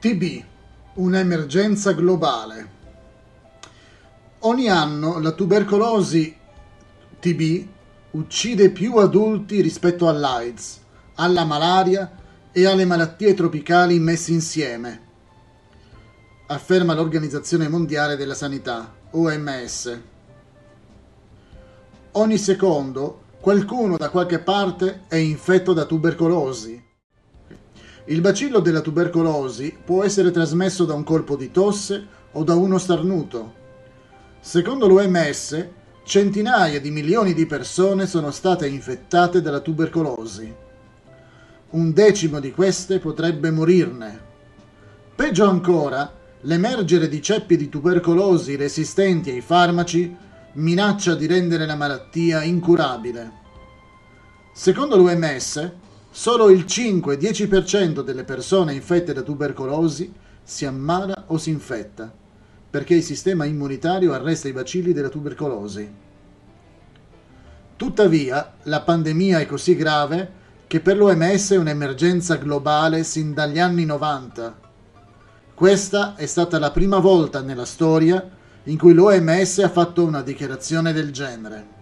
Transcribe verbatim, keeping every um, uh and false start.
T B, un'emergenza globale. Ogni anno la tubercolosi T B uccide più adulti rispetto all'AIDS, alla malaria e alle malattie tropicali messe insieme, afferma l'Organizzazione Mondiale della Sanità, O M S. Ogni secondo qualcuno da qualche parte è infetto da tubercolosi. Il bacillo della tubercolosi può essere trasmesso da un colpo di tosse o da uno starnuto. Secondo l'O M S, centinaia di milioni di persone sono state infettate dalla tubercolosi. Un decimo di queste potrebbe morirne. Peggio ancora, l'emergere di ceppi di tubercolosi resistenti ai farmaci minaccia di rendere la malattia incurabile. Secondo l'O M S, solo il cinque-dieci per cento delle persone infette da tubercolosi si ammala o si infetta, perché il sistema immunitario arresta i bacilli della tubercolosi. Tuttavia, la pandemia è così grave che per l'O M S è un'emergenza globale sin dagli anni novanta. Questa è stata la prima volta nella storia in cui l'O M S ha fatto una dichiarazione del genere.